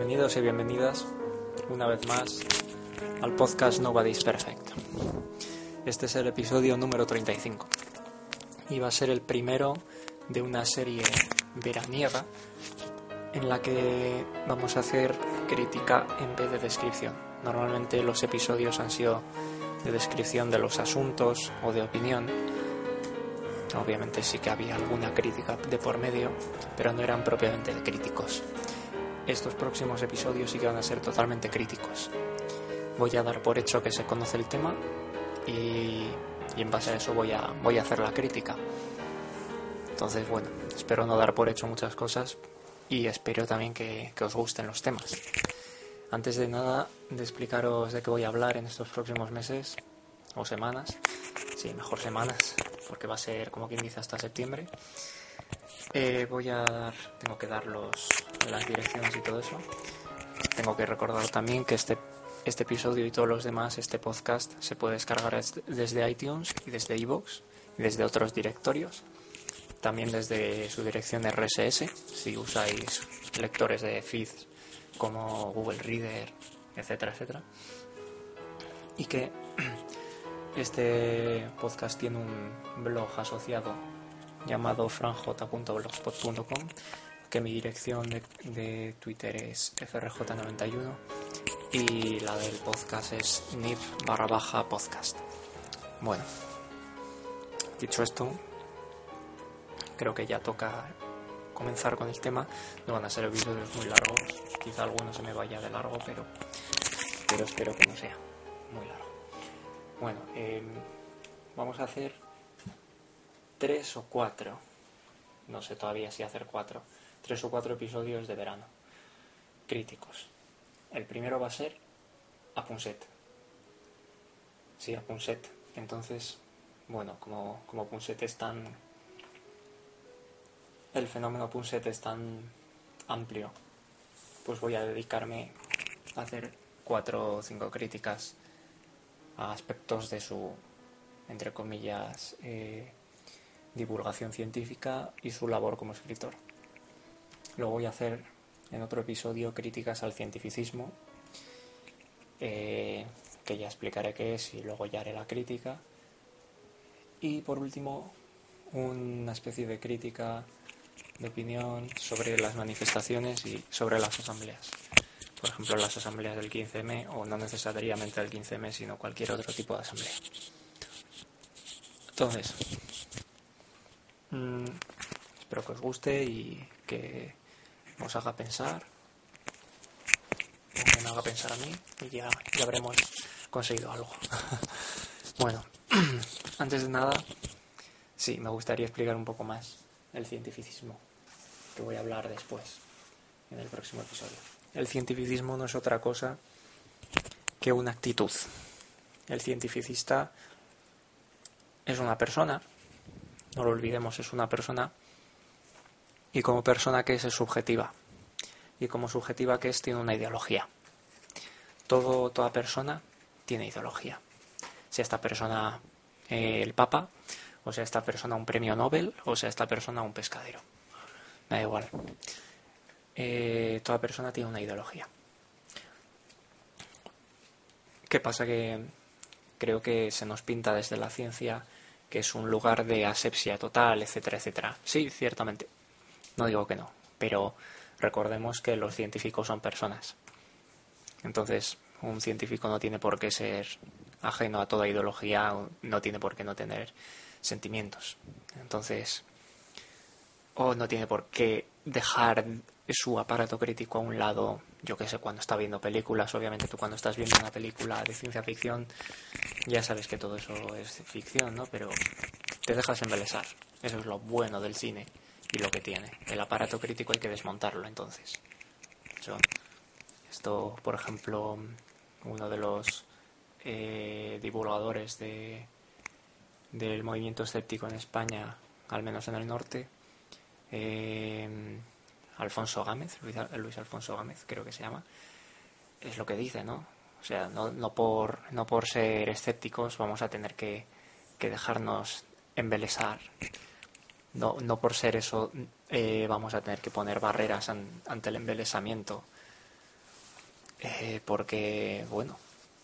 Bienvenidos y bienvenidas una vez más al podcast Nobody's Perfect. Este es el episodio número 35 y va a ser el primero de una serie veraniega en la que vamos a hacer crítica en vez de descripción. Normalmente los episodios han sido de descripción de los asuntos o de opinión. Obviamente sí que había alguna crítica de por medio, pero no eran propiamente de críticos. Estos próximos episodios sí que van a ser totalmente críticos. Voy a dar por hecho que se conoce el tema y en base a eso voy a hacer la crítica. Entonces, bueno, espero no dar por hecho muchas cosas y espero también que os gusten los temas. Antes de nada, de explicaros de qué voy a hablar en estos próximos meses o semanas, sí, mejor semanas, porque va a ser, como quien dice, hasta septiembre. Tengo que dar las direcciones y todo eso. Tengo que recordar también que este episodio y todos los demás, este podcast, se puede descargar desde iTunes y desde iVoox y desde otros directorios. También desde su dirección RSS, si usáis lectores de feeds como Google Reader, etcétera, etcétera. Y que este podcast tiene un blog asociado llamado franj.blogspot.com, que mi dirección de Twitter es frj91 y la del podcast es nib_podcast. Bueno, dicho esto, creo que ya toca comenzar con el tema. No van a ser episodios muy largos, quizá alguno se me vaya de largo, pero espero que no sea muy largo. Bueno, vamos a hacer 3 o 4, no sé todavía si hacer 4, 3 o 4 episodios de verano críticos. El primero va a ser a Punset. Sí, a Punset. Entonces, bueno, como Punset es tan... el fenómeno Punset es tan amplio, pues voy a dedicarme a hacer 4 o 5 críticas a aspectos de su, entre comillas, divulgación científica y su labor como escritor. Luego voy a hacer en otro episodio críticas al cientificismo, que ya explicaré qué es y luego ya haré la crítica. Y por último, una especie de crítica de opinión sobre las manifestaciones y sobre las asambleas. Por ejemplo, las asambleas del 15M, o no necesariamente del 15M, sino cualquier otro tipo de asamblea. Entonces, espero que os guste y que os haga pensar, o que me haga pensar a mí, y ya habremos conseguido algo. Bueno, antes de nada, sí, me gustaría explicar un poco más el cientificismo, que voy a hablar después, en el próximo episodio. El cientificismo no es otra cosa que una actitud. El cientificista es una persona, no lo olvidemos, es una persona, y como persona que es subjetiva, y como subjetiva que es, tiene una ideología. Toda persona tiene ideología. Sea esta persona el Papa, o sea esta persona un premio Nobel, o sea esta persona un pescadero. Me da igual. Toda persona tiene una ideología. ¿Qué pasa? Que creo que se nos pinta desde la ciencia que es un lugar de asepsia total, etcétera, etcétera. Sí, ciertamente. No digo que no, pero recordemos que los científicos son personas. Entonces, un científico no tiene por qué ser ajeno a toda ideología, no tiene por qué no tener sentimientos. Entonces, o no tiene por qué dejar su aparato crítico a un lado, yo que sé, cuando está viendo películas. Obviamente tú cuando estás viendo una película de ciencia ficción ya sabes que todo eso es ficción, ¿no? Pero te dejas embelesar. Eso es lo bueno del cine y lo que tiene. El aparato crítico hay que desmontarlo, entonces. Esto, por ejemplo, uno de los divulgadores del movimiento escéptico en España, al menos en el norte, Alfonso Gámez, Luis Alfonso Gámez creo que se llama, es lo que dice, ¿no? O sea, no por ser escépticos vamos a tener que dejarnos embelesar. No por ser eso vamos a tener que poner barreras ante el embelesamiento. porque, bueno,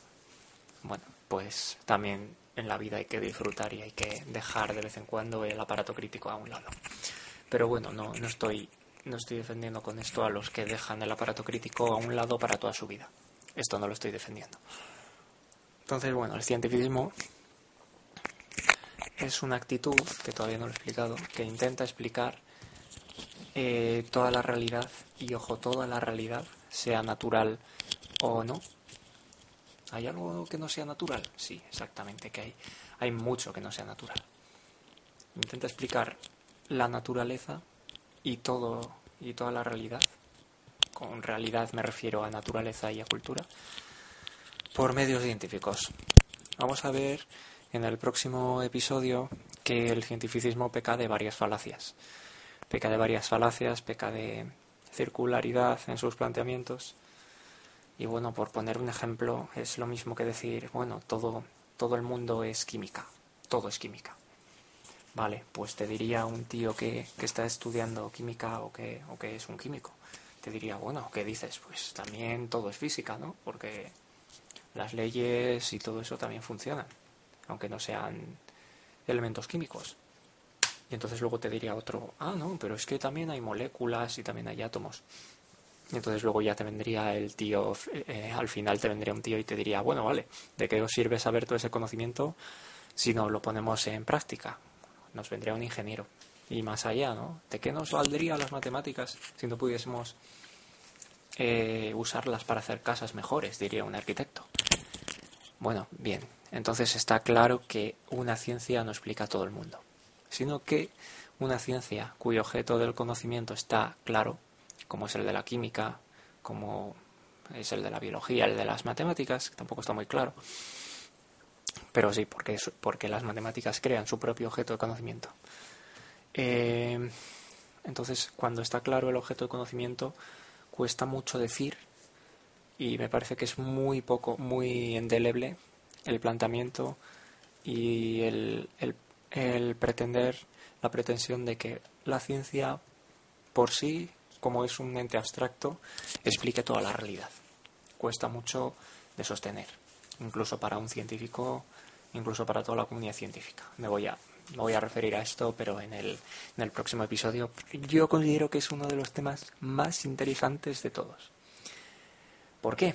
pues también en la vida hay que disfrutar y hay que dejar de vez en cuando el aparato crítico a un lado. Pero bueno, no estoy defendiendo con esto a los que dejan el aparato crítico a un lado para toda su vida. Esto no lo estoy defendiendo. Entonces, bueno, el cientificismo es una actitud, que todavía no lo he explicado, que intenta explicar toda la realidad, y ojo, toda la realidad, sea natural o no. ¿Hay algo que no sea natural? Sí, exactamente, que hay mucho que no sea natural. Intenta explicar la naturaleza y toda la realidad. Con realidad me refiero a naturaleza y a cultura, por medios científicos. Vamos a ver en el próximo episodio que el cientificismo peca de varias falacias. Peca de circularidad en sus planteamientos. Y bueno, por poner un ejemplo, es lo mismo que decir, bueno, todo el mundo es química, todo es química. Vale, pues te diría un tío que está estudiando química o que es un químico. Te diría, bueno, ¿qué dices? Pues también todo es física, ¿no? Porque las leyes y todo eso también funcionan, aunque no sean elementos químicos. Y entonces luego te diría otro, no, pero es que también hay moléculas y también hay átomos. Y entonces luego ya te vendría el tío, al final te vendría un tío y te diría, bueno, vale, ¿de qué os sirve saber todo ese conocimiento si no lo ponemos en práctica? Nos vendría un ingeniero. Y más allá, ¿no? ¿De qué nos valdrían las matemáticas si no pudiésemos usarlas para hacer casas mejores? Diría un arquitecto. Bueno, bien, entonces está claro que una ciencia no explica a todo el mundo, sino que una ciencia cuyo objeto del conocimiento está claro, como es el de la química, como es el de la biología, el de las matemáticas, que tampoco está muy claro, pero sí, porque las matemáticas crean su propio objeto de conocimiento. Entonces, cuando está claro el objeto de conocimiento, cuesta mucho decir, y me parece que es muy indeleble el planteamiento y el pretender, la pretensión de que la ciencia por sí, como es un ente abstracto, explique toda la realidad. Cuesta mucho de sostener, incluso para un científico, incluso para toda la comunidad científica. Me voy a referir a esto, pero en el próximo episodio. Yo considero que es uno de los temas más interesantes de todos. ¿Por qué?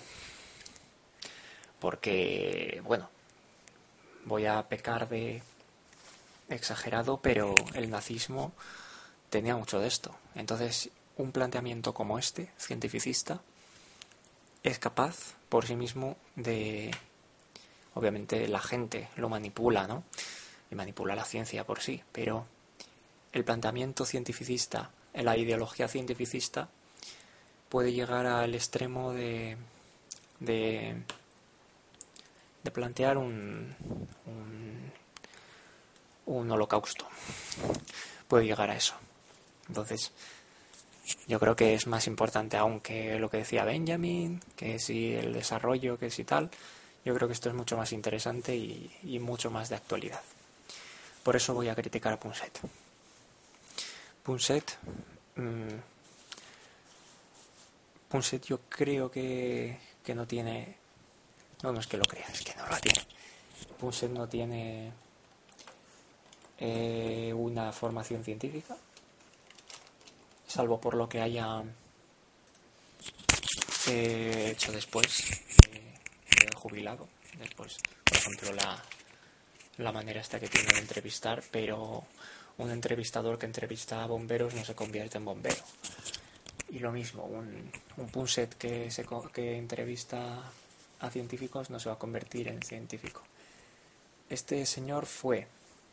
Porque, bueno, voy a pecar de exagerado, pero el nazismo tenía mucho de esto. Entonces, un planteamiento como este, cientificista, es capaz por sí mismo de... Obviamente la gente lo manipula, ¿no? Y manipula la ciencia por sí, pero el planteamiento cientificista, la ideología cientificista, puede llegar al extremo de plantear un holocausto. Puede llegar a eso. Entonces, yo creo que es más importante aún que lo que decía Benjamin, que si el desarrollo, que si tal. Yo creo que esto es mucho más interesante y mucho más de actualidad. Por eso voy a criticar a Punset. Punset yo creo que no tiene... No es que lo crea, es que no lo tiene. Punset no tiene una formación científica, salvo por lo que haya hecho después, jubilado. Después, por ejemplo, la manera esta que tiene de entrevistar, pero un entrevistador que entrevista a bomberos no se convierte en bombero. Y lo mismo, un Punset que entrevista a científicos no se va a convertir en científico. Este señor fue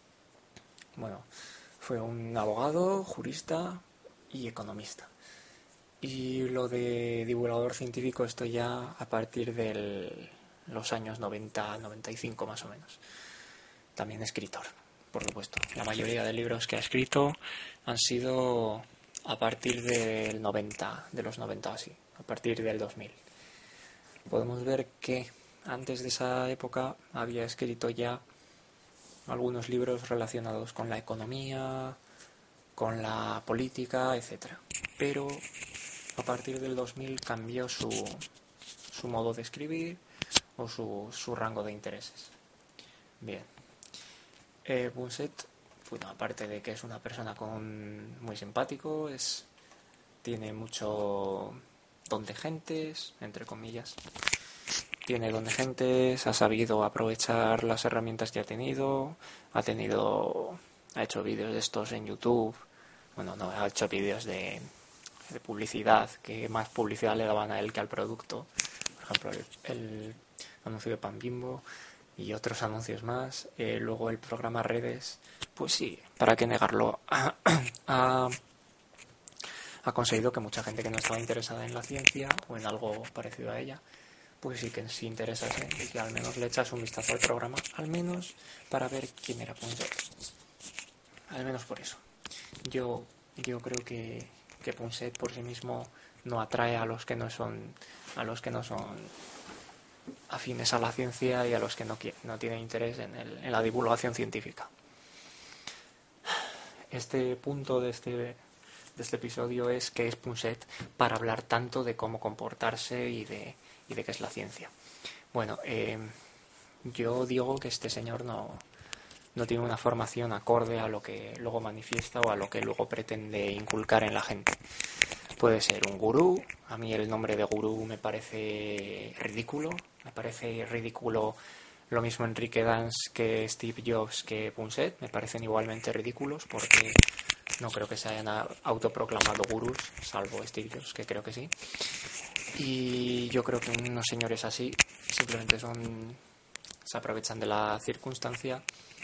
un abogado, jurista y economista. Y lo de divulgador científico, esto ya a partir de los años 90-95 más o menos. También escritor, por supuesto. La mayoría de libros que ha escrito han sido a partir del 90, de los 90 así, a partir del 2000. Podemos ver que antes de esa época había escrito ya algunos libros relacionados con la economía, con la política, etc. Pero a partir del 2000 cambió su su modo de escribir o su rango de intereses. Bien. Punset, bueno, aparte de que es una persona muy simpático, tiene mucho don de gentes, entre comillas. Tiene don de gentes, ha sabido aprovechar las herramientas que ha hecho vídeos de estos en YouTube. Bueno, no, ha hecho vídeos de publicidad, que más publicidad le daban a él que al producto. Por ejemplo, el anuncio de Pan Bimbo y otros anuncios más. Luego el programa Redes, pues sí, para qué negarlo, ha conseguido que mucha gente que no estaba interesada en la ciencia o en algo parecido a ella, pues sí que se interesase y que al menos le echas un vistazo al programa, al menos para ver quién era Punset. Al menos por eso. Yo creo que Punset por sí mismo no atrae a los que no son afines a la ciencia y a los que no tienen interés en la divulgación científica. Este punto de este episodio es que es Punset para hablar tanto de cómo comportarse y de qué es la ciencia. Bueno, yo digo que este señor no tiene una formación acorde a lo que luego manifiesta o a lo que luego pretende inculcar en la gente. Puede ser un gurú. A mí el nombre de gurú me parece ridículo. Me parece ridículo lo mismo Enrique Dans que Steve Jobs que Punset. Me parecen igualmente ridículos porque no creo que se hayan autoproclamado gurús, salvo Steve Jobs, que creo que sí. Y yo creo que unos señores así simplemente se aprovechan de la circunstancia,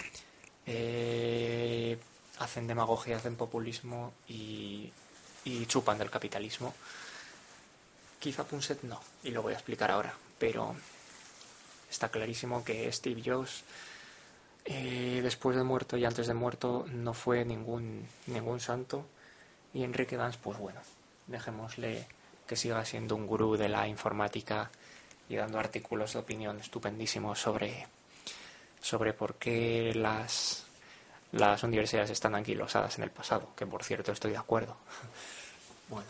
hacen demagogia, hacen populismo y chupan del capitalismo. Quizá Punset no, y lo voy a explicar ahora, pero está clarísimo que Steve Jobs, después de muerto y antes de muerto, no fue ningún santo, y Enrique Dans, pues bueno, dejémosle que siga siendo un gurú de la informática y dando artículos de opinión estupendísimos sobre por qué las universidades están anquilosadas en el pasado, que por cierto estoy de acuerdo. Bueno,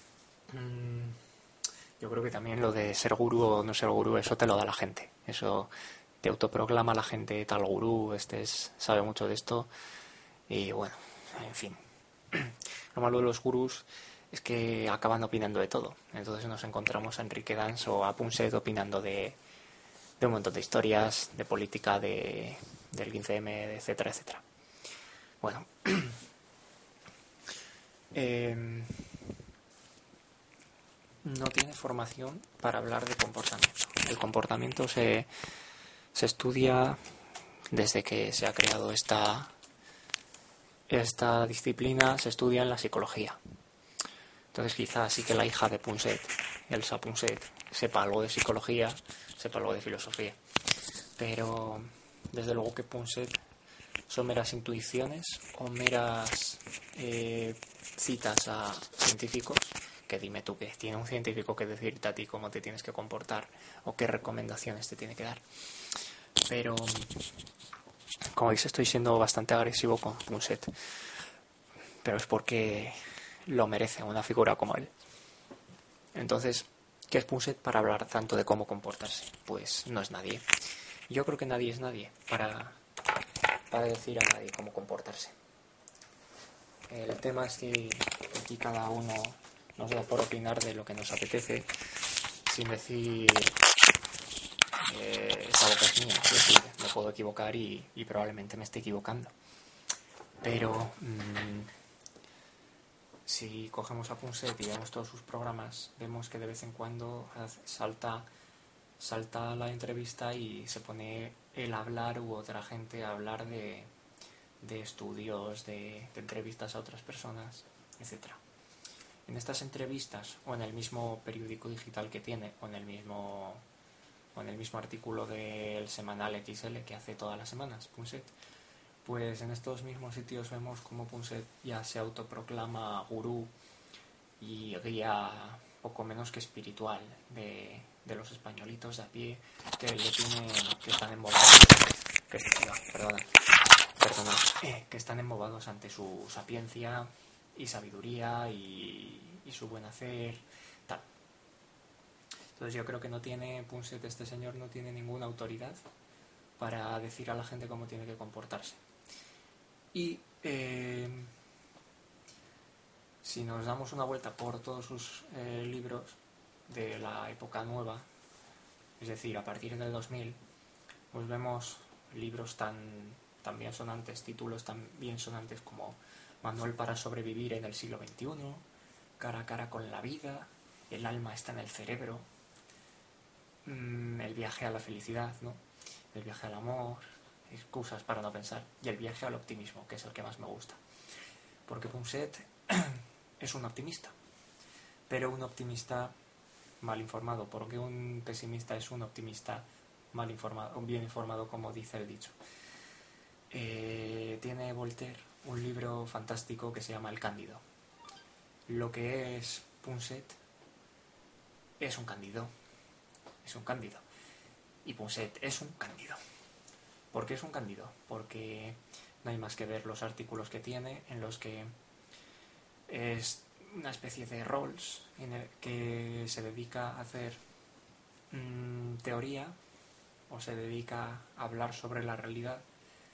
yo creo que también lo de ser gurú o no ser gurú, eso te lo da la gente. Eso te autoproclama la gente tal gurú, sabe mucho de esto. Y bueno, en fin. Lo malo de los gurús es que acaban opinando de todo. Entonces nos encontramos a Enrique Dans o a Punset opinando de un montón de historias, de política, del 15M, etcétera, etcétera. Bueno, no tiene formación para hablar de comportamiento. El comportamiento se estudia desde que se ha creado esta disciplina, se estudia en la psicología. Entonces quizás sí que la hija de Punset, Elsa Punset, sepa algo de psicología, sepa algo de filosofía. Pero desde luego que Punset son meras intuiciones o meras citas a científicos, que dime tú qué tiene un científico que decirte a ti cómo te tienes que comportar o qué recomendaciones te tiene que dar. Pero como veis estoy siendo bastante agresivo con Punset, pero es porque lo merece una figura como él. Entonces, ¿qué es Punset para hablar tanto de cómo comportarse? Pues no es nadie. Yo creo que nadie es nadie para decir a nadie cómo comportarse. El tema es que aquí cada uno nos da por opinar de lo que nos apetece, sin decir esa boca es mía. Es decir, me puedo equivocar y probablemente me esté equivocando. Pero si cogemos a Punset y vemos todos sus programas, vemos que de vez en cuando salta la entrevista y se pone él a hablar u otra gente a hablar de estudios, de entrevistas a otras personas, etc. En estas entrevistas o en el mismo periódico digital que tiene o en el mismo artículo del semanal XL que hace todas las semanas Punset, pues en estos mismos sitios vemos como Punset ya se autoproclama gurú y guía poco menos que espiritual de los españolitos de a pie que están embobados, que están embobados ante su sapiencia y sabiduría y su buen hacer, tal. Entonces yo creo que Punset, este señor, no tiene ninguna autoridad para decir a la gente cómo tiene que comportarse. Y si nos damos una vuelta por todos sus libros de la época nueva, es decir, a partir del 2000, pues vemos libros tan bien sonantes, títulos tan bien sonantes como Manual para sobrevivir en el siglo XXI, Cara a cara con la vida, El alma está en el cerebro, El viaje a la felicidad, ¿no? El viaje al amor, Excusas para no pensar, y El viaje al optimismo, que es el que más me gusta. Porque Punset es un optimista, pero un optimista mal informado, porque un pesimista es un optimista mal informado, bien informado, como dice el dicho. Tiene Voltaire un libro fantástico que se llama El Cándido. Lo que es Punset es un cándido. Es un cándido. Y Punset es un cándido. ¿Por qué es un cándido? Porque no hay más que ver los artículos que tiene, en los que es una especie de roles en el que se dedica a hacer teoría, o se dedica a hablar sobre la realidad,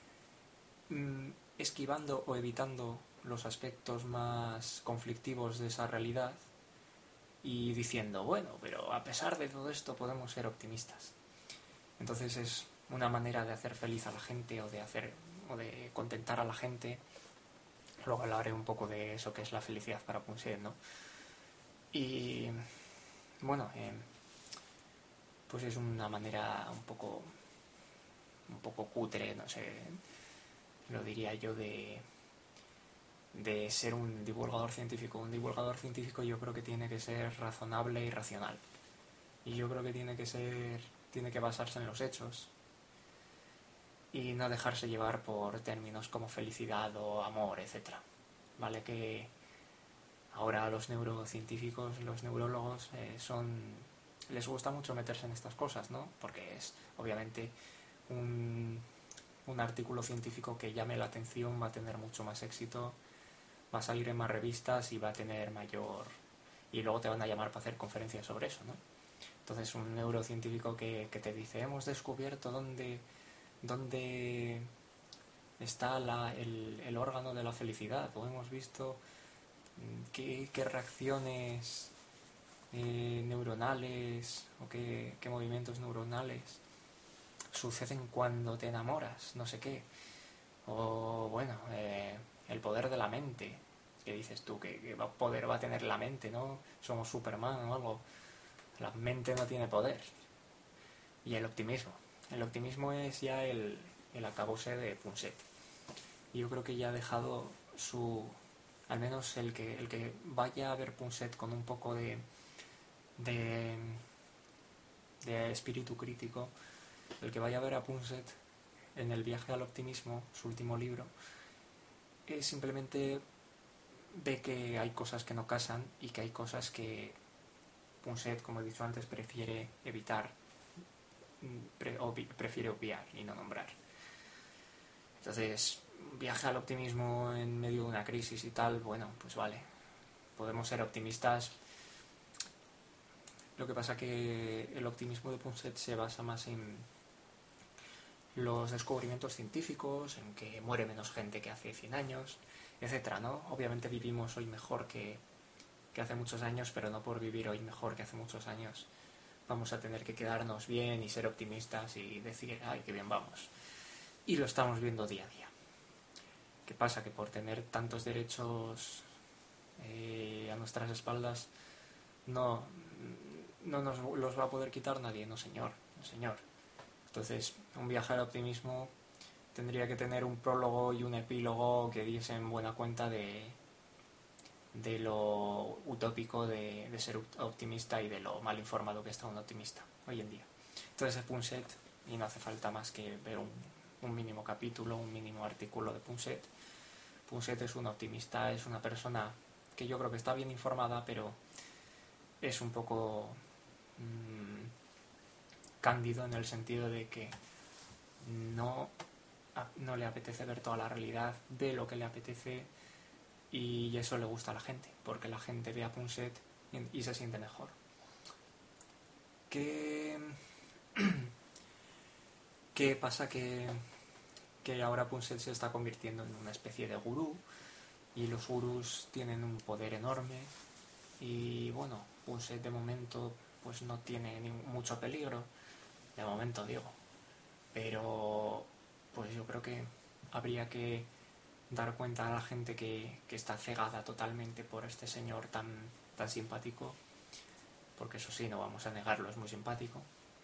esquivando o evitando los aspectos más conflictivos de esa realidad y diciendo, bueno, pero a pesar de todo esto podemos ser optimistas. Entonces es una manera de hacer feliz a la gente o de contentar a la gente. Luego hablaré un poco de eso que es la felicidad para Punset, ¿no? Y bueno, pues es una manera un poco cutre, no sé, lo diría yo, de ser un divulgador científico. Un divulgador científico yo creo que tiene que ser razonable y racional. Y yo creo que tiene que basarse en los hechos y no dejarse llevar por términos como felicidad o amor, etc. Vale, que ahora los neurocientíficos, los neurólogos, les gusta mucho meterse en estas cosas, ¿no? Porque es obviamente un artículo científico que llame la atención, va a tener mucho más éxito, va a salir en más revistas y va a tener mayor... Y luego te van a llamar para hacer conferencias sobre eso, ¿no? Entonces un neurocientífico que te dice, hemos descubierto dónde está el órgano de la felicidad, o hemos visto qué reacciones neuronales o qué movimientos neuronales suceden cuando te enamoras, no sé qué. O bueno, el poder de la mente, que dices tú, que poder va a tener la mente, ¿no? Somos Superman o algo. La mente no tiene poder. Y el optimismo. El optimismo es ya el acabose de Punset. Y yo creo que ya ha dejado al menos el que vaya a ver Punset con un poco de espíritu crítico, el que vaya a ver a Punset en El viaje al optimismo, su último libro, simplemente ve que hay cosas que no casan y que hay cosas que Punset, como he dicho antes, prefiere evitar, prefiere obviar y no nombrar. Entonces, viaje al optimismo en medio de una crisis y tal, bueno, pues vale, podemos ser optimistas. Lo que pasa que el optimismo de Punset se basa más en los descubrimientos científicos, en que muere menos gente que hace 100 años, etcétera, ¿no? Obviamente vivimos hoy mejor que hace muchos años, pero no por vivir hoy mejor que hace muchos años vamos a tener que quedarnos bien y ser optimistas y decir, ay, qué bien vamos. Y lo estamos viendo día a día. ¿Qué pasa? Que por tener tantos derechos a nuestras espaldas no nos los va a poder quitar nadie, no señor, no señor. Entonces, un viaje al optimismo tendría que tener un prólogo y un epílogo que diesen buena cuenta de lo utópico de ser optimista y de lo mal informado que está un optimista hoy en día. Entonces es Punset, y no hace falta más que ver un mínimo capítulo, un mínimo artículo de Punset. Punset es un optimista, es una persona que yo creo que está bien informada, pero es un poco cándido en el sentido de que no le apetece ver toda la realidad, ve lo que le apetece, y eso le gusta a la gente, porque la gente ve a Punset y se siente mejor. ¿Qué, qué pasa? Que ahora Punset se está convirtiendo en una especie de gurú, y los gurús tienen un poder enorme, y bueno, Punset de momento pues no tiene mucho peligro, de momento digo, pero pues yo creo que habría que dar cuenta a la gente que está cegada totalmente por este señor tan simpático, porque eso sí, no vamos a negarlo, es muy simpático.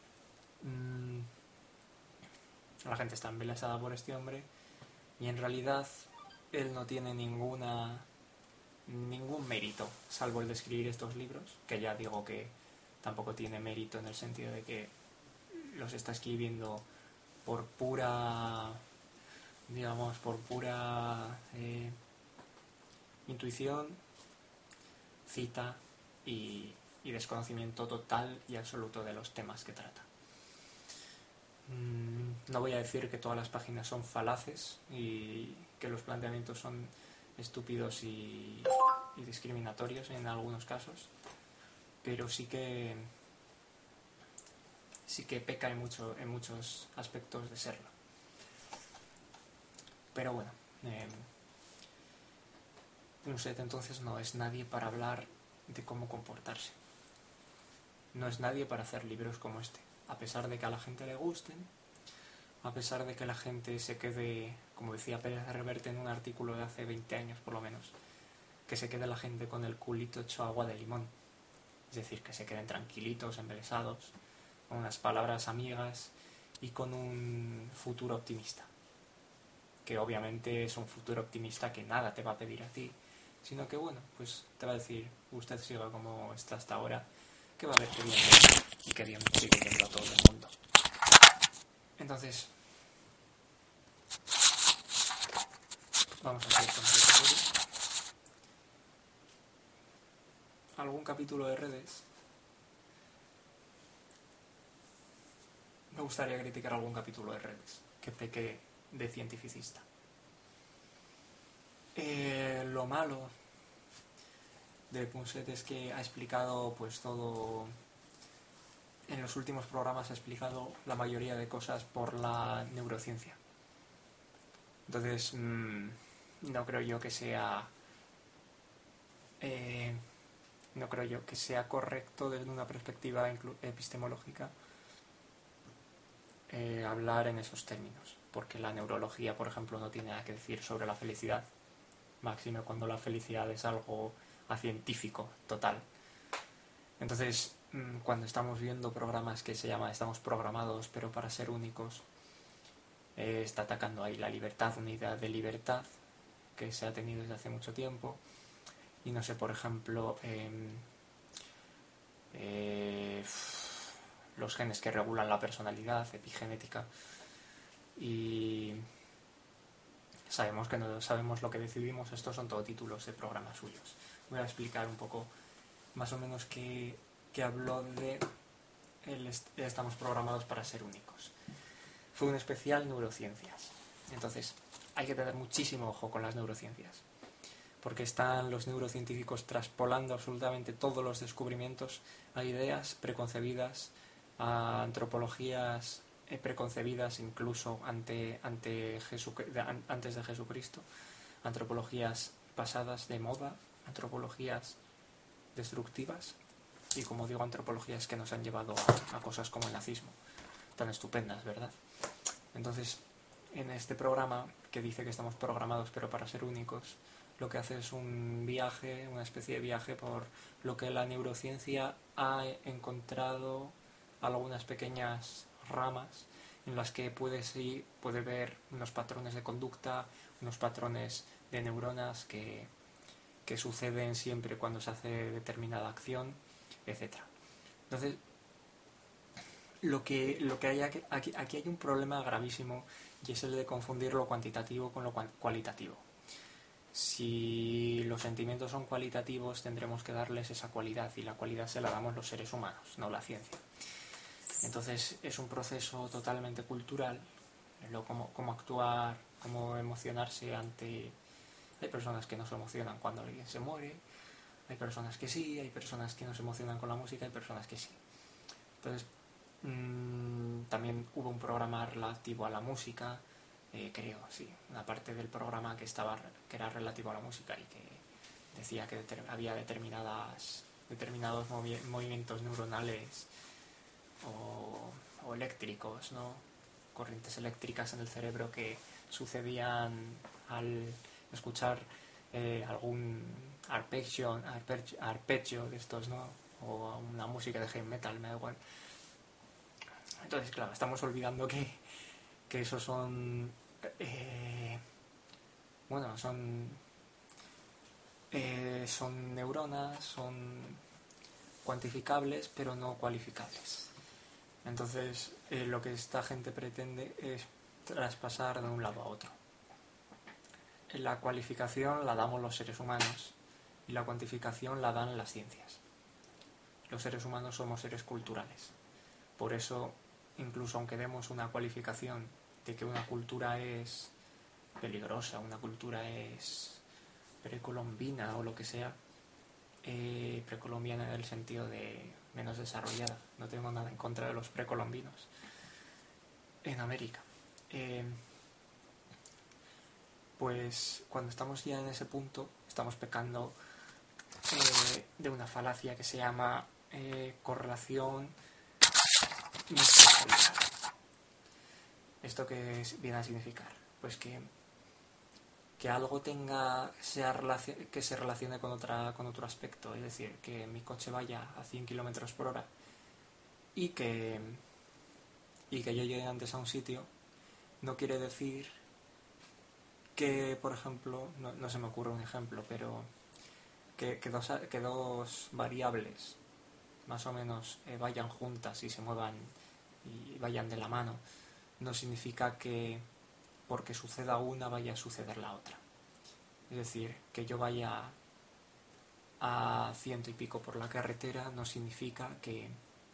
La gente está embelesada por este hombre, y en realidad él no tiene ningún mérito, salvo el de escribir estos libros, que ya digo que tampoco tiene mérito en el sentido de que los está escribiendo por pura, digamos, por pura intuición, cita y desconocimiento total y absoluto de los temas que trata. No voy a decir que todas las páginas son falaces y que los planteamientos son estúpidos y discriminatorios en algunos casos, pero sí que peca en muchos aspectos de serlo. Pero bueno, Punset entonces no es nadie para hablar de cómo comportarse. No es nadie para hacer libros como este, a pesar de que a la gente le gusten, a pesar de que la gente se quede, como decía Pérez Reverte en un artículo de hace 20 años por lo menos, que se quede la gente con el culito hecho agua de limón. Es decir, que se queden tranquilitos, embelesados, con unas palabras amigas y con un futuro optimista. Que obviamente es un futuro optimista que nada te va a pedir a ti, sino que bueno, pues te va a decir, usted siga como está hasta ahora, que va a ver qué bien y qué bien sigue yendo a todo el mundo. Entonces, vamos a hacer con algún capítulo de redes. Me gustaría criticar algún capítulo de redes que peque de cientificista. Lo malo de Punset es que ha explicado pues todo. En los últimos programas ha explicado la mayoría de cosas por la neurociencia. Entonces, no creo yo que sea correcto desde una perspectiva epistemológica hablar en esos términos, porque la neurología, por ejemplo, no tiene nada que decir sobre la felicidad, máxime cuando la felicidad es algo científico total. Entonces, cuando estamos viendo programas que se llaman Estamos programados pero para ser únicos, está atacando ahí la libertad, una idea de libertad que se ha tenido desde hace mucho tiempo. Y no sé, por ejemplo, los genes que regulan la personalidad, epigenética, y sabemos que no sabemos lo que decidimos. Estos son todo títulos de programas suyos. Voy a explicar un poco más o menos qué habló de Estamos programados para ser únicos. Fue un especial neurociencias. Entonces, hay que tener muchísimo ojo con las neurociencias, porque están los neurocientíficos traspolando absolutamente todos los descubrimientos a ideas preconcebidas, a antropologías preconcebidas incluso antes de Jesucristo, antropologías pasadas de moda, antropologías destructivas y, como digo, antropologías que nos han llevado a cosas como el nazismo, tan estupendas, ¿verdad? Entonces, en este programa, que dice que estamos programados pero para ser únicos, lo que hace es un viaje, una especie de viaje por lo que la neurociencia ha encontrado algunas pequeñas ramas en las que puede ver unos patrones de conducta, unos patrones de neuronas que suceden siempre cuando se hace determinada acción, etc. Entonces, aquí hay un problema gravísimo, y es el de confundir lo cuantitativo con lo cualitativo. Si los sentimientos son cualitativos, tendremos que darles esa cualidad, y la cualidad se la damos los seres humanos, no la ciencia. Entonces es un proceso totalmente cultural, cómo actuar, cómo emocionarse ante... Hay personas que no se emocionan cuando alguien se muere, hay personas que sí, hay personas que no se emocionan con la música, hay personas que sí. Entonces, también hubo un programa relativo a la música, creo, sí, una parte del programa que era relativo a la música y que decía que había determinados movimientos neuronales o eléctricos, ¿no? Corrientes eléctricas en el cerebro que sucedían al escuchar algún arpegio de estos, ¿no? O una música de heavy metal, me da igual. Entonces, claro, estamos olvidando que esos son son neuronas, son cuantificables pero no cualificables. Entonces, lo que esta gente pretende es traspasar de un lado a otro. La cualificación la damos los seres humanos y la cuantificación la dan las ciencias. Los seres humanos somos seres culturales. Por eso, incluso aunque demos una cualificación de que una cultura es peligrosa, una cultura es precolombina o lo que sea, precolombiana en el sentido de menos desarrollada, no tengo nada en contra de los precolombinos en América, pues cuando estamos ya en ese punto estamos pecando de una falacia que se llama correlación causalidad. ¿Esto qué viene a significar? Pues que algo que se relacione con otro aspecto, es decir, que mi coche vaya a 100 km por hora y que yo llegue antes a un sitio, no quiere decir que, por ejemplo, no se me ocurre un ejemplo, pero que dos variables más o menos vayan juntas y se muevan y vayan de la mano, no significa que porque suceda una vaya a suceder la otra. Es decir, que yo vaya a 100 y pico por la carretera no significa que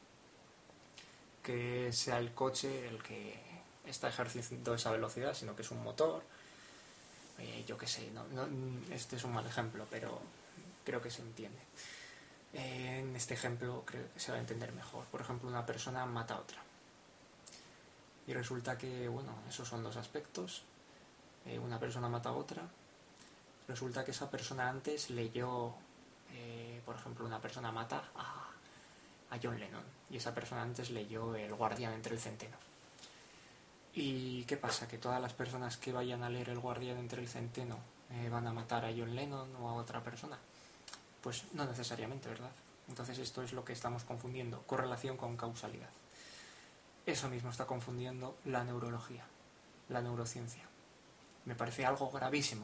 sea el coche el que está ejerciendo esa velocidad, sino que es un motor. Yo qué sé, este es un mal ejemplo, pero creo que se entiende. En este ejemplo creo que se va a entender mejor. Por ejemplo, una persona mata a otra. Y resulta que, bueno, esos son dos aspectos. Una persona mata a otra. Resulta que esa persona antes leyó, por ejemplo, una persona mata a John Lennon. Y esa persona antes leyó El guardián entre el centeno. ¿Y qué pasa? ¿Que todas las personas que vayan a leer El guardián entre el centeno van a matar a John Lennon o a otra persona? Pues no necesariamente, ¿verdad? Entonces esto es lo que estamos confundiendo, correlación con causalidad. Eso mismo está confundiendo la neurología, la neurociencia. Me parece algo gravísimo.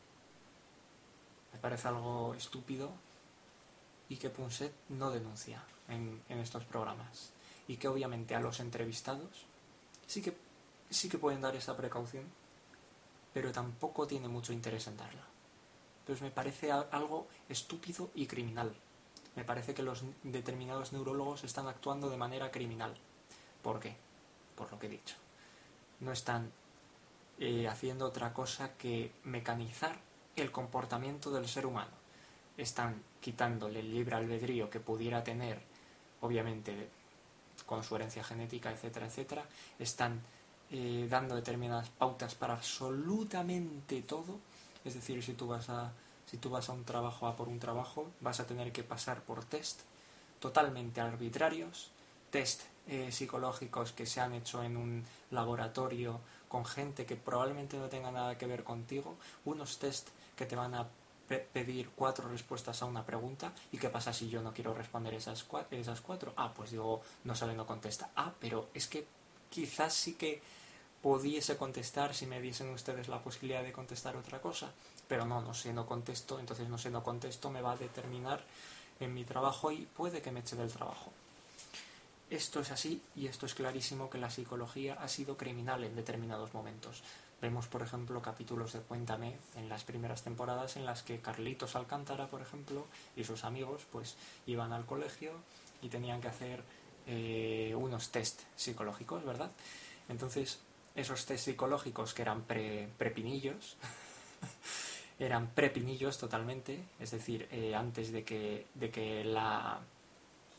Me parece algo estúpido y que Punset no denuncia en estos programas. Y que obviamente a los entrevistados sí que pueden dar esa precaución, pero tampoco tiene mucho interés en darla. Entonces me parece algo estúpido y criminal. Me parece que los determinados neurólogos están actuando de manera criminal. ¿Por qué? Por lo que he dicho. No están haciendo otra cosa que mecanizar el comportamiento del ser humano. Están quitándole el libre albedrío que pudiera tener, obviamente con su herencia genética, etcétera, etcétera. Están dando determinadas pautas para absolutamente todo. Es decir, si tú vas a un trabajo, a por un trabajo, vas a tener que pasar por test totalmente arbitrarios, test psicológicos que se han hecho en un laboratorio con gente que probablemente no tenga nada que ver contigo, unos test que te van a pedir 4 respuestas a una pregunta. ¿Y qué pasa si yo no quiero responder esas 4? Pues digo, no sabe, no contesta. Pero es que quizás sí que pudiese contestar si me diesen ustedes la posibilidad de contestar otra cosa, pero no sé, no contesto. Entonces no sé, no contesto me va a determinar en mi trabajo y puede que me eche del trabajo. Esto es así y esto es clarísimo que la psicología ha sido criminal en determinados momentos. Vemos, por ejemplo, capítulos de Cuéntame en las primeras temporadas en las que Carlitos Alcántara, por ejemplo, y sus amigos pues iban al colegio y tenían que hacer unos test psicológicos, ¿verdad? Entonces, esos test psicológicos que eran prepinillos eran prepinillos totalmente, es decir, antes de que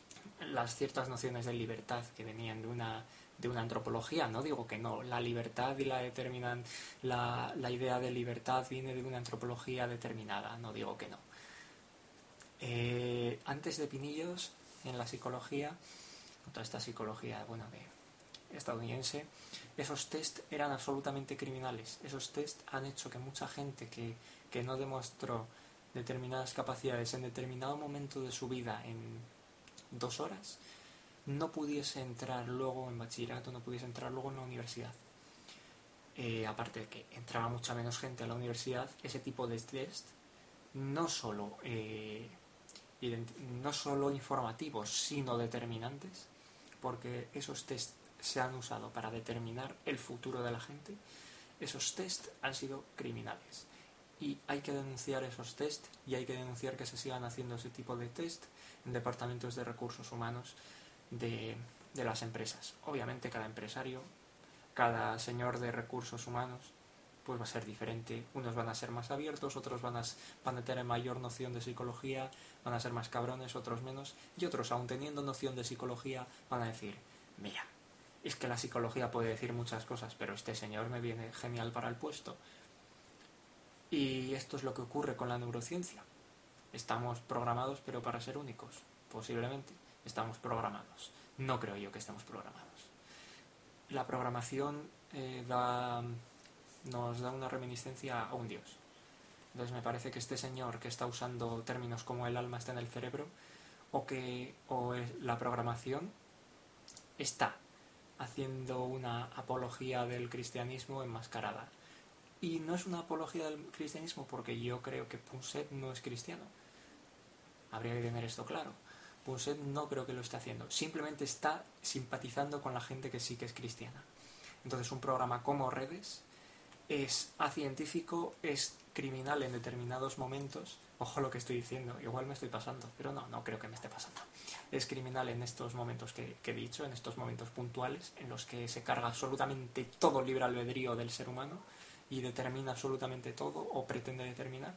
las ciertas nociones de libertad que venían de una antropología. No digo que no, la libertad y la idea de libertad viene de una antropología determinada, no digo que no. Antes de Pinillos, en la psicología, toda esta psicología, de estadounidense, esos test eran absolutamente criminales. Esos test han hecho que mucha gente que no demostró determinadas capacidades en determinado momento de su vida en 2 horas, no pudiese entrar luego en bachillerato, no pudiese entrar luego en la universidad. Aparte de que entraba mucha menos gente a la universidad, ese tipo de test no solo informativos, sino determinantes, porque esos test se han usado para determinar el futuro de la gente. Esos test han sido criminales y hay que denunciar esos test y hay que denunciar que se sigan haciendo ese tipo de test en departamentos de recursos humanos de las empresas. Obviamente cada empresario, cada señor de recursos humanos pues va a ser diferente. Unos van a ser más abiertos, otros van a tener mayor noción de psicología, van a ser más cabrones, otros menos, y otros, aun teniendo noción de psicología, van a decir, mira, es que la psicología puede decir muchas cosas, pero este señor me viene genial para el puesto. Y esto es lo que ocurre con la neurociencia. Estamos programados, pero para ser únicos, posiblemente. Estamos programados. No creo yo que estemos programados. La programación nos da una reminiscencia a un dios. Entonces me parece que este señor que está usando términos como el alma está en el cerebro, la programación está haciendo una apología del cristianismo enmascarada. Y no es una apología del cristianismo porque yo creo que Punset no es cristiano. Habría que tener esto claro. Punset no creo que lo esté haciendo. Simplemente está simpatizando con la gente que sí que es cristiana. Entonces un programa como Redes es acientífico, es criminal en determinados momentos. Ojo lo que estoy diciendo, igual me estoy pasando, pero no creo que me esté pasando. Es criminal en estos momentos que he dicho, en estos momentos puntuales, en los que se carga absolutamente todo el libre albedrío del ser humano y determina absolutamente todo, o pretende determinar.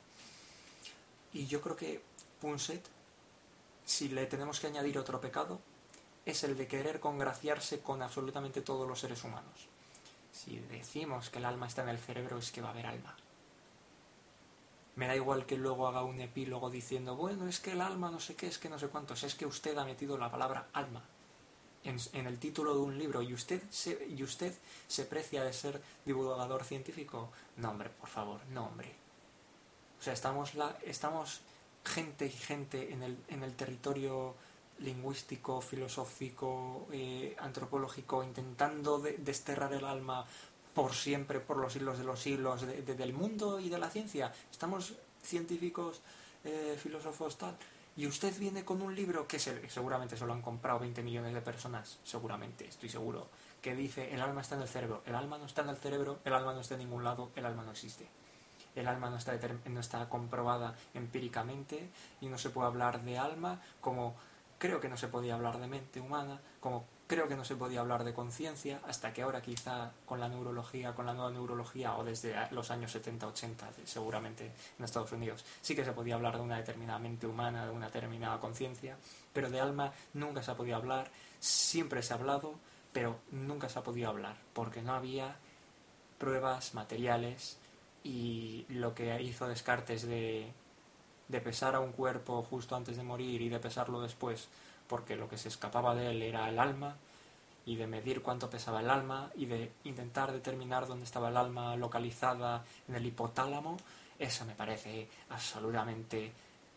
Y yo creo que Punset, si le tenemos que añadir otro pecado, es el de querer congraciarse con absolutamente todos los seres humanos. Si decimos que el alma está en el cerebro, es que va a haber alma. Me da igual que luego haga un epílogo diciendo, bueno, es que el alma no sé qué, es que no sé cuántos. Es que usted ha metido la palabra alma en el título de un libro y usted se precia de ser divulgador científico. No, hombre, por favor, no, hombre. O sea, estamos gente y gente en el territorio lingüístico, filosófico, antropológico, intentando desterrar el alma por siempre, por los siglos de los siglos del mundo y de la ciencia. Estamos científicos, filósofos, tal. Y usted viene con un libro que seguramente se lo han comprado 20 millones de personas, seguramente, estoy seguro, que dice el alma está en el cerebro. El alma no está en el cerebro, el alma no está en ningún lado, el alma no existe. El alma no está comprobada empíricamente y no se puede hablar de alma como creo que no se podía hablar de mente humana, como creo que no se podía hablar de conciencia, hasta que ahora quizá con la neurología, con la nueva neurología, o desde los años 70-80 seguramente en Estados Unidos, sí que se podía hablar de una determinada mente humana, de una determinada conciencia, pero de alma nunca se ha podido hablar, siempre se ha hablado, pero nunca se ha podido hablar, porque no había pruebas materiales. Y lo que hizo Descartes de pesar a un cuerpo justo antes de morir y de pesarlo después, porque lo que se escapaba de él era el alma, y de medir cuánto pesaba el alma y de intentar determinar dónde estaba el alma localizada en el hipotálamo, eso me parece absolutamente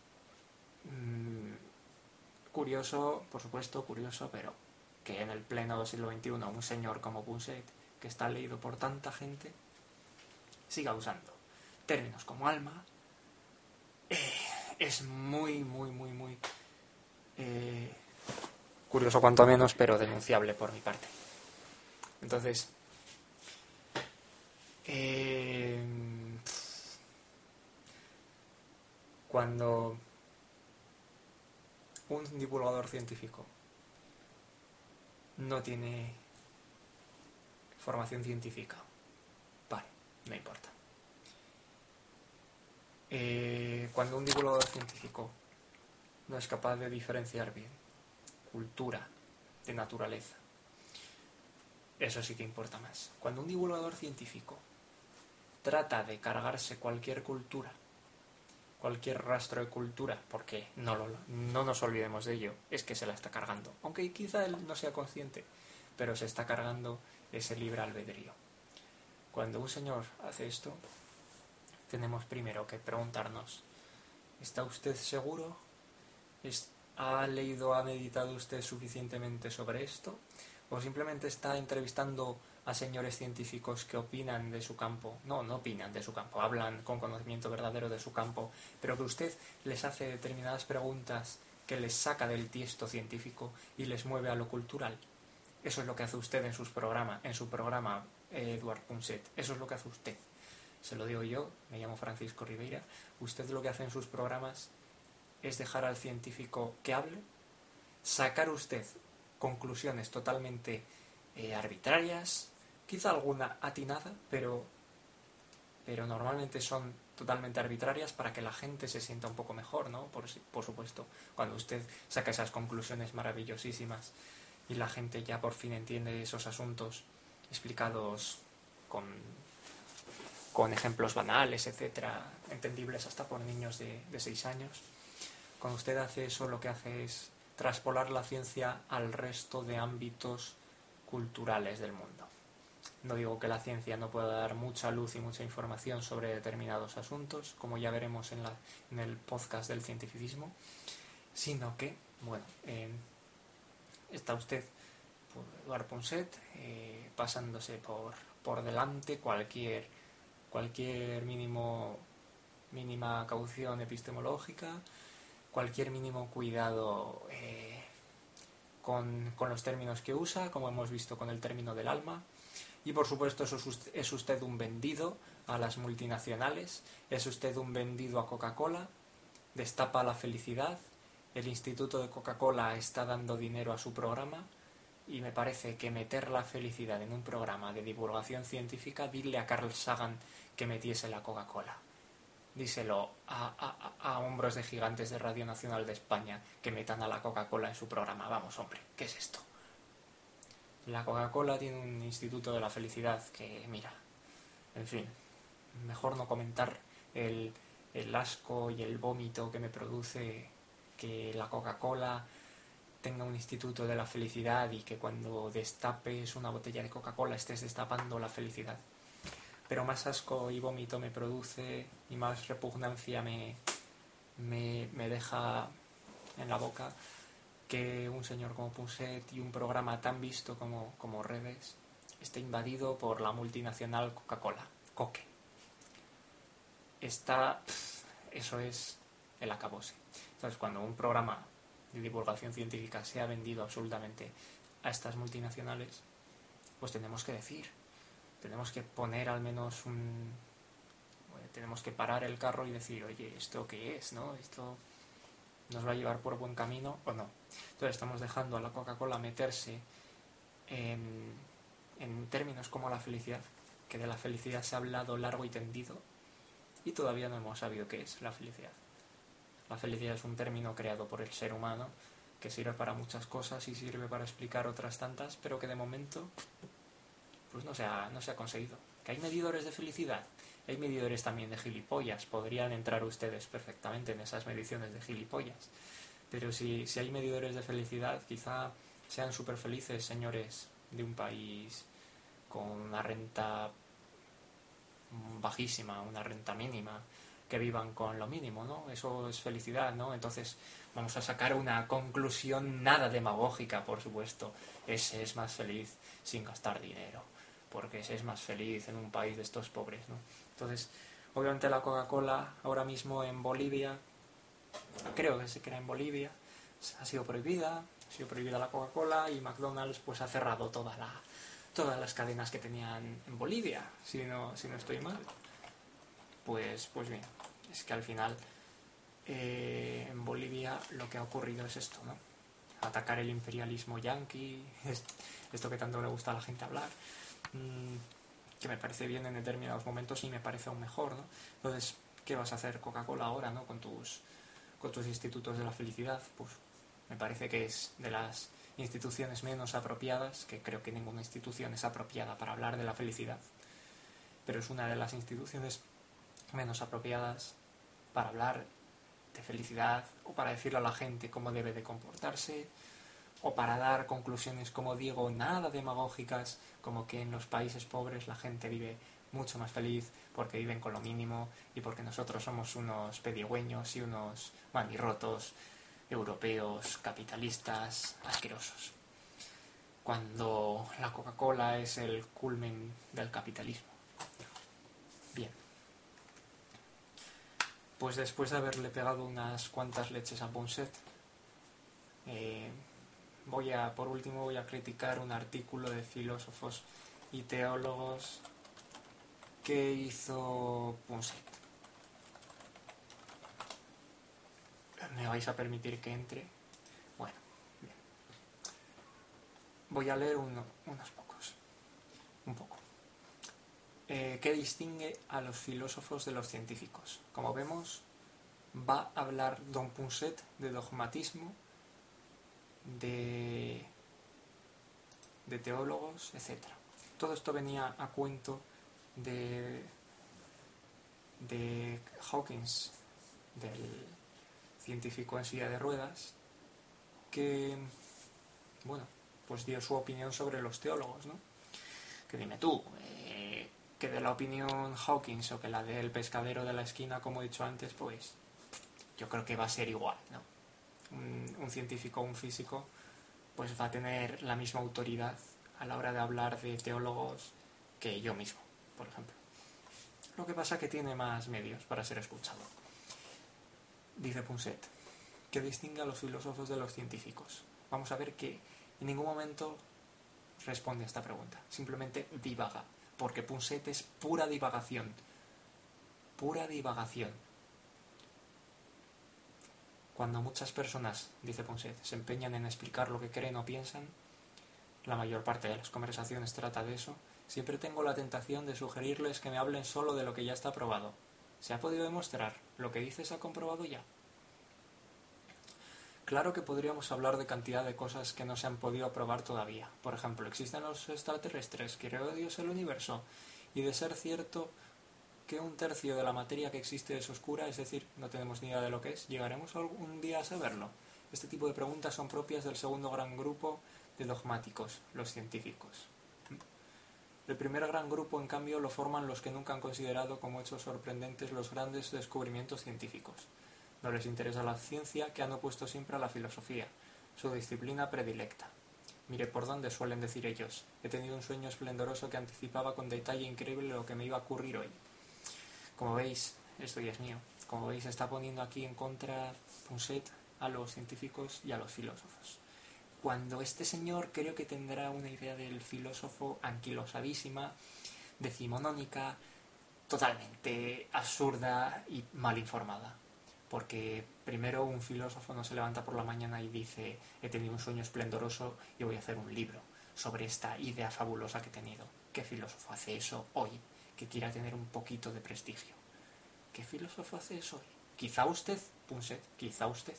curioso, por supuesto, curioso, pero que en el pleno del siglo XXI un señor como Punset, que está leído por tanta gente, siga usando términos como alma, es muy curioso cuanto menos, pero denunciable por mi parte. Entonces, cuando un divulgador científico no tiene formación científica, vale, no importa. Cuando un divulgador científico no es capaz de diferenciar bien cultura, de naturaleza. Eso sí que importa más. Cuando un divulgador científico trata de cargarse cualquier cultura, cualquier rastro de cultura, porque no nos olvidemos de ello, es que se la está cargando. Aunque quizá él no sea consciente, pero se está cargando ese libre albedrío. Cuando un señor hace esto, tenemos primero que preguntarnos: ¿está usted seguro? ¿Ha leído, ha meditado usted suficientemente sobre esto? ¿O simplemente está entrevistando a señores científicos que opinan de su campo? No opinan de su campo, hablan con conocimiento verdadero de su campo, pero que usted les hace determinadas preguntas que les saca del tiesto científico y les mueve a lo cultural. Eso es lo que hace usted en su programa, Eduard Punset. Eso es lo que hace usted. Se lo digo yo, me llamo Francisco Ribeira. Usted lo que hace en sus programas es dejar al científico que hable, sacar usted conclusiones totalmente arbitrarias, quizá alguna atinada, pero normalmente son totalmente arbitrarias para que la gente se sienta un poco mejor, ¿no? Por supuesto, cuando usted saca esas conclusiones maravillosísimas y la gente ya por fin entiende esos asuntos explicados con ejemplos banales, etcétera, entendibles hasta por niños de 6 años. Cuando usted hace eso, lo que hace es traspolar la ciencia al resto de ámbitos culturales del mundo. No digo que la ciencia no pueda dar mucha luz y mucha información sobre determinados asuntos, como ya veremos en el podcast del cientificismo, sino que, bueno, está usted, Eduard Punset, pasándose por delante cualquier mínima caución epistemológica, cualquier mínimo cuidado con los términos que usa, como hemos visto con el término del alma. Y por supuesto es usted un vendido a las multinacionales, es usted un vendido a Coca-Cola, destapa la felicidad, el Instituto de Coca-Cola está dando dinero a su programa, y me parece que meter la felicidad en un programa de divulgación científica, dile a Carl Sagan que metiese la Coca-Cola. Díselo a hombros de gigantes de Radio Nacional de España que metan a la Coca-Cola en su programa. Vamos, hombre, ¿qué es esto? La Coca-Cola tiene un instituto de la felicidad que, mira, en fin, mejor no comentar el asco y el vómito que me produce que la Coca-Cola tenga un instituto de la felicidad y que cuando destapes una botella de Coca-Cola estés destapando la felicidad. Pero más asco y vómito me produce y más repugnancia me deja en la boca que un señor como Punset y un programa tan visto como Redes esté invadido por la multinacional Coca-Cola, Coque. Eso es el acabose. Entonces, cuando un programa de divulgación científica sea vendido absolutamente a estas multinacionales, pues tenemos que poner al menos tenemos que parar el carro y decir, oye, ¿esto qué es? ¿No? ¿Esto nos va a llevar por buen camino o no? Entonces estamos dejando a la Coca-Cola meterse en términos como la felicidad, que de la felicidad se ha hablado largo y tendido y todavía no hemos sabido qué es la felicidad. La felicidad es un término creado por el ser humano que sirve para muchas cosas y sirve para explicar otras tantas, pero que de momento pues no se ha conseguido. ¿Que hay medidores de felicidad? Hay medidores también de gilipollas. Podrían entrar ustedes perfectamente en esas mediciones de gilipollas. Pero si hay medidores de felicidad, quizá sean súper felices señores de un país con una renta bajísima, una renta mínima, que vivan con lo mínimo, ¿no? Eso es felicidad, ¿no? Entonces vamos a sacar una conclusión nada demagógica, por supuesto. Ese es más feliz sin gastar dinero, porque ese es más feliz en un país de estos pobres, ¿no? Entonces, obviamente la Coca-Cola ahora mismo en Bolivia, creo que se crea en Bolivia, ha sido prohibida la Coca-Cola y McDonald's pues ha cerrado todas las cadenas que tenían en Bolivia, si no estoy mal. Pues bien, es que al final en Bolivia lo que ha ocurrido es esto, ¿no? Atacar el imperialismo yanqui, esto que tanto le gusta a la gente hablar, que me parece bien en determinados momentos y me parece aún mejor, ¿no? Entonces, ¿qué vas a hacer Coca-Cola ahora, ¿no? Con tus institutos de la felicidad, pues Me parece que es de las instituciones menos apropiadas, que creo que ninguna institución es apropiada para hablar de la felicidad, pero es una de las instituciones menos apropiadas para hablar de felicidad o para decirle a la gente cómo debe de comportarse o para dar conclusiones, como digo, nada demagógicas, como que en los países pobres la gente vive mucho más feliz porque viven con lo mínimo y porque nosotros somos unos pedigüeños y unos manirrotos europeos capitalistas asquerosos, cuando la Coca-Cola es el culmen del capitalismo. Bien, pues después de haberle pegado unas cuantas leches a Ponset, por último voy a criticar un artículo de filósofos y teólogos que hizo Ponset. ¿Me vais a permitir que entre? Bueno, bien. Voy a leer unos pocos. Un poco. ¿Qué distingue a los filósofos de los científicos? Como vemos, va a hablar Don Ponset de dogmatismo, de teólogos, etc. Todo esto venía a cuento de Hawkins, del científico en silla de ruedas, que, bueno, pues dio su opinión sobre los teólogos, ¿no? Que dime tú, que de la opinión Hawkins o que la del pescadero de la esquina, como he dicho antes, pues yo creo que va a ser igual, ¿no? Un científico o un físico pues va a tener la misma autoridad a la hora de hablar de teólogos que yo mismo, por ejemplo. Lo que pasa es que tiene más medios para ser escuchado. Dice Ponset, ¿qué distingue a los filósofos de los científicos? Vamos a ver que en ningún momento responde a esta pregunta, simplemente divaga, porque Ponset es pura divagación. Pura divagación. Cuando muchas personas, dice Ponset, se empeñan en explicar lo que creen o piensan, la mayor parte de las conversaciones trata de eso, siempre tengo la tentación de sugerirles que me hablen solo de lo que ya está probado. ¿Se ha podido demostrar? ¿Lo que dice se ha comprobado ya? Claro que podríamos hablar de cantidad de cosas que no se han podido probar todavía. Por ejemplo, ¿existen los extraterrestres? ¿Creó Dios el universo? Y de ser cierto que un tercio de la materia que existe es oscura, es decir, no tenemos ni idea de lo que es, ¿llegaremos algún día a saberlo? Este tipo de preguntas son propias del segundo gran grupo de dogmáticos, los científicos. El primer gran grupo, en cambio, lo forman los que nunca han considerado como hechos sorprendentes los grandes descubrimientos científicos. No les interesa la ciencia, que han opuesto siempre a la filosofía, su disciplina predilecta. Mire por dónde, suelen decir ellos. He tenido un sueño esplendoroso que anticipaba con detalle increíble lo que me iba a ocurrir hoy. Como veis, esto ya es mío. Como veis, está poniendo aquí en contra Ponset a los científicos y a los filósofos. Cuando este señor creo que tendrá una idea del filósofo anquilosadísima, decimonónica, totalmente absurda y mal informada. Porque primero un filósofo no se levanta por la mañana y dice he tenido un sueño esplendoroso y voy a hacer un libro sobre esta idea fabulosa que he tenido. ¿Qué filósofo hace eso hoy que quiera tener un poquito de prestigio? ¿Qué filósofo hace eso hoy? Quizá usted, Ponset, quizá usted.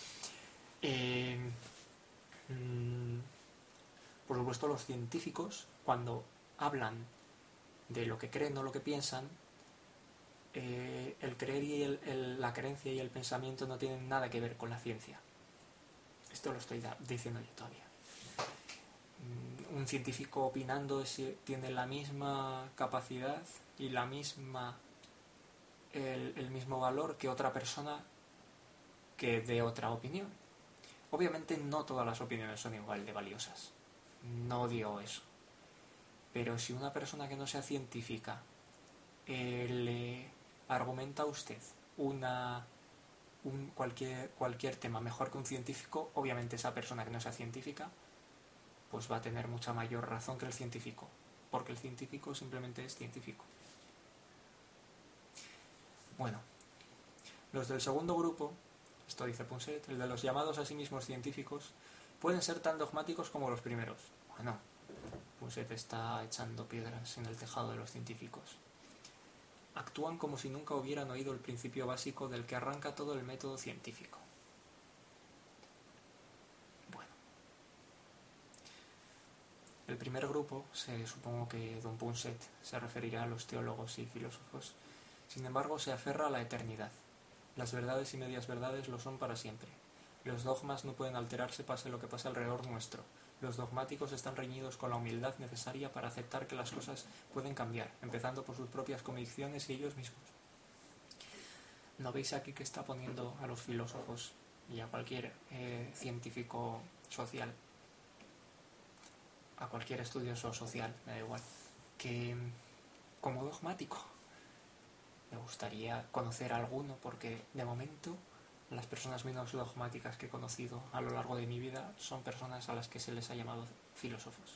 Por supuesto, los científicos, cuando hablan de lo que creen o lo que piensan, el creer y la creencia y el pensamiento no tienen nada que ver con la ciencia. Esto lo estoy diciendo yo todavía. Un científico opinando tiene la misma capacidad y el mismo valor que otra persona que dé otra opinión. Obviamente no todas las opiniones son igual de valiosas. No digo eso. Pero si una persona que no sea científica le argumenta a usted cualquier tema mejor que un científico, obviamente esa persona que no sea científica pues va a tener mucha mayor razón que el científico, porque el científico simplemente es científico. Bueno, los del segundo grupo, esto dice Ponset, el de los llamados a sí mismos científicos, pueden ser tan dogmáticos como los primeros. Bueno, Ponset está echando piedras en el tejado de los científicos. Actúan como si nunca hubieran oído el principio básico del que arranca todo el método científico. El primer grupo, supongo que Don Punset se referirá a los teólogos y filósofos, sin embargo se aferra a la eternidad. Las verdades y medias verdades lo son para siempre. Los dogmas no pueden alterarse pase lo que pase alrededor nuestro. Los dogmáticos están reñidos con la humildad necesaria para aceptar que las cosas pueden cambiar, empezando por sus propias convicciones y ellos mismos. ¿No veis aquí que está poniendo a los filósofos y a cualquier científico social, a cualquier estudioso social, me da igual, que como dogmático? Me gustaría conocer a alguno porque de momento las personas menos dogmáticas que he conocido a lo largo de mi vida son personas a las que se les ha llamado filósofos.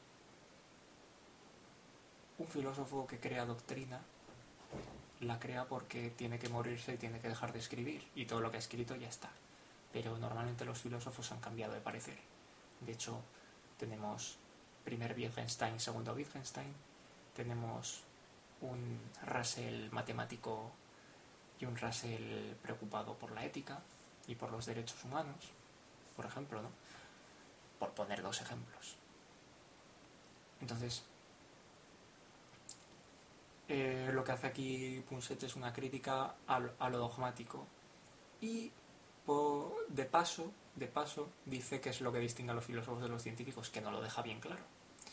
Un filósofo que crea doctrina la crea porque tiene que morirse y tiene que dejar de escribir, y todo lo que ha escrito ya está. Pero normalmente los filósofos han cambiado de parecer. De hecho, tenemos primer Wittgenstein, segundo Wittgenstein, tenemos un Russell matemático y un Russell preocupado por la ética y por los derechos humanos, por ejemplo, ¿no? Por poner dos ejemplos. Entonces, lo que hace aquí Punset es una crítica a lo dogmático y de paso dice que es lo que distingue a los filósofos de los científicos, que no lo deja bien claro.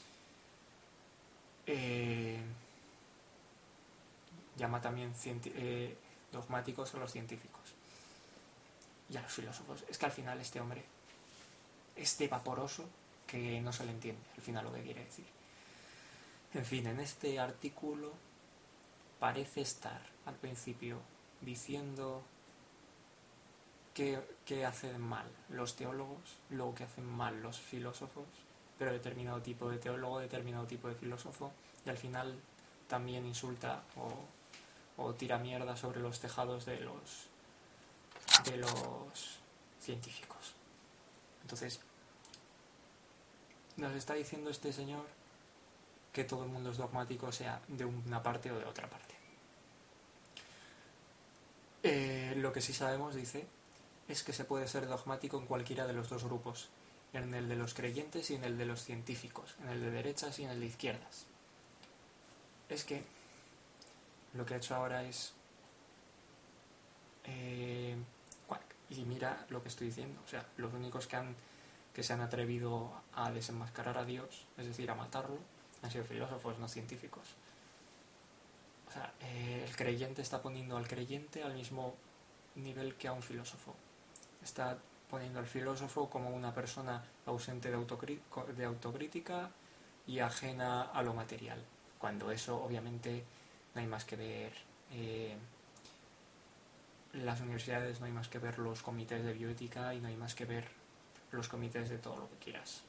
Llama también dogmáticos a los científicos y a los filósofos. Es que al final este hombre es de vaporoso que no se le entiende al final lo que quiere decir. En fin, en este artículo parece estar al principio diciendo que hacen mal los teólogos, luego que hacen mal los filósofos, pero determinado tipo de teólogo, determinado tipo de filósofo, y al final también insulta o tira mierda sobre los tejados de los científicos. Entonces, nos está diciendo este señor que todo el mundo es dogmático, sea de una parte o de otra parte. Lo que sí sabemos, dice, es que se puede ser dogmático en cualquiera de los dos grupos, en el de los creyentes y en el de los científicos, en el de derechas y en el de izquierdas. Es que lo que ha hecho ahora es y mira lo que estoy diciendo, o sea, los únicos que se han atrevido a desenmascarar a Dios, es decir, a matarlo, han sido filósofos, no científicos. O sea, el creyente está poniendo al creyente al mismo nivel que a un filósofo. Está poniendo al filósofo como una persona ausente de autocrítica y ajena a lo material, cuando eso obviamente no hay más que ver las universidades, no hay más que ver los comités de bioética y no hay más que ver los comités de todo lo que quieras.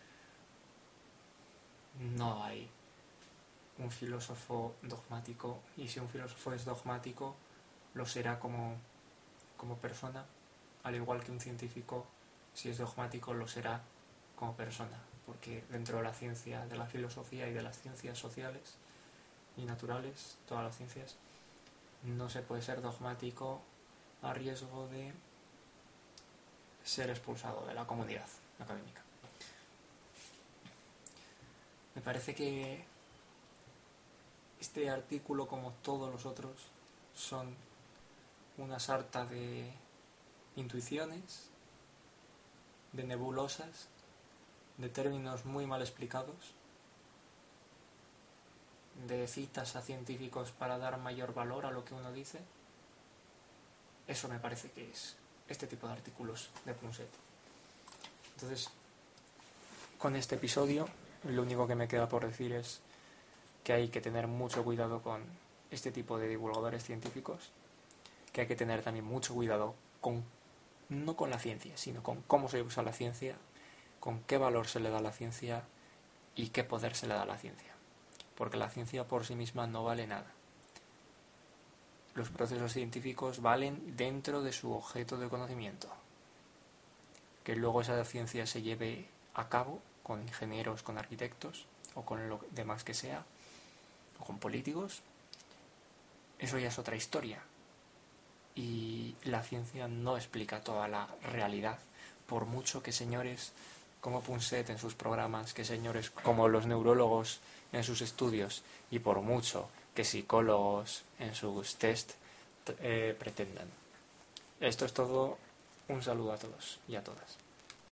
No hay un filósofo dogmático, y si un filósofo es dogmático lo será como persona, al igual que un científico, si es dogmático, lo será como persona, porque dentro de la ciencia, de la filosofía y de las ciencias sociales y naturales, todas las ciencias, no se puede ser dogmático a riesgo de ser expulsado de la comunidad académica. Me parece que este artículo, como todos los otros, son una sarta de intuiciones, de nebulosas, de términos muy mal explicados, de citas a científicos para dar mayor valor a lo que uno dice. Eso me parece que es este tipo de artículos de Punset. Entonces, con este episodio, lo único que me queda por decir es que hay que tener mucho cuidado con este tipo de divulgadores científicos, que hay que tener también mucho cuidado no con la ciencia, sino con cómo se usa la ciencia, con qué valor se le da a la ciencia y qué poder se le da a la ciencia. Porque la ciencia por sí misma no vale nada. Los procesos científicos valen dentro de su objeto de conocimiento. Que luego esa ciencia se lleve a cabo con ingenieros, con arquitectos o con lo demás que sea, o con políticos, eso ya es otra historia. Y la ciencia no explica toda la realidad, por mucho que señores como Punset en sus programas, que señores como los neurólogos en sus estudios y por mucho que psicólogos en sus test pretendan. Esto es todo. Un saludo a todos y a todas.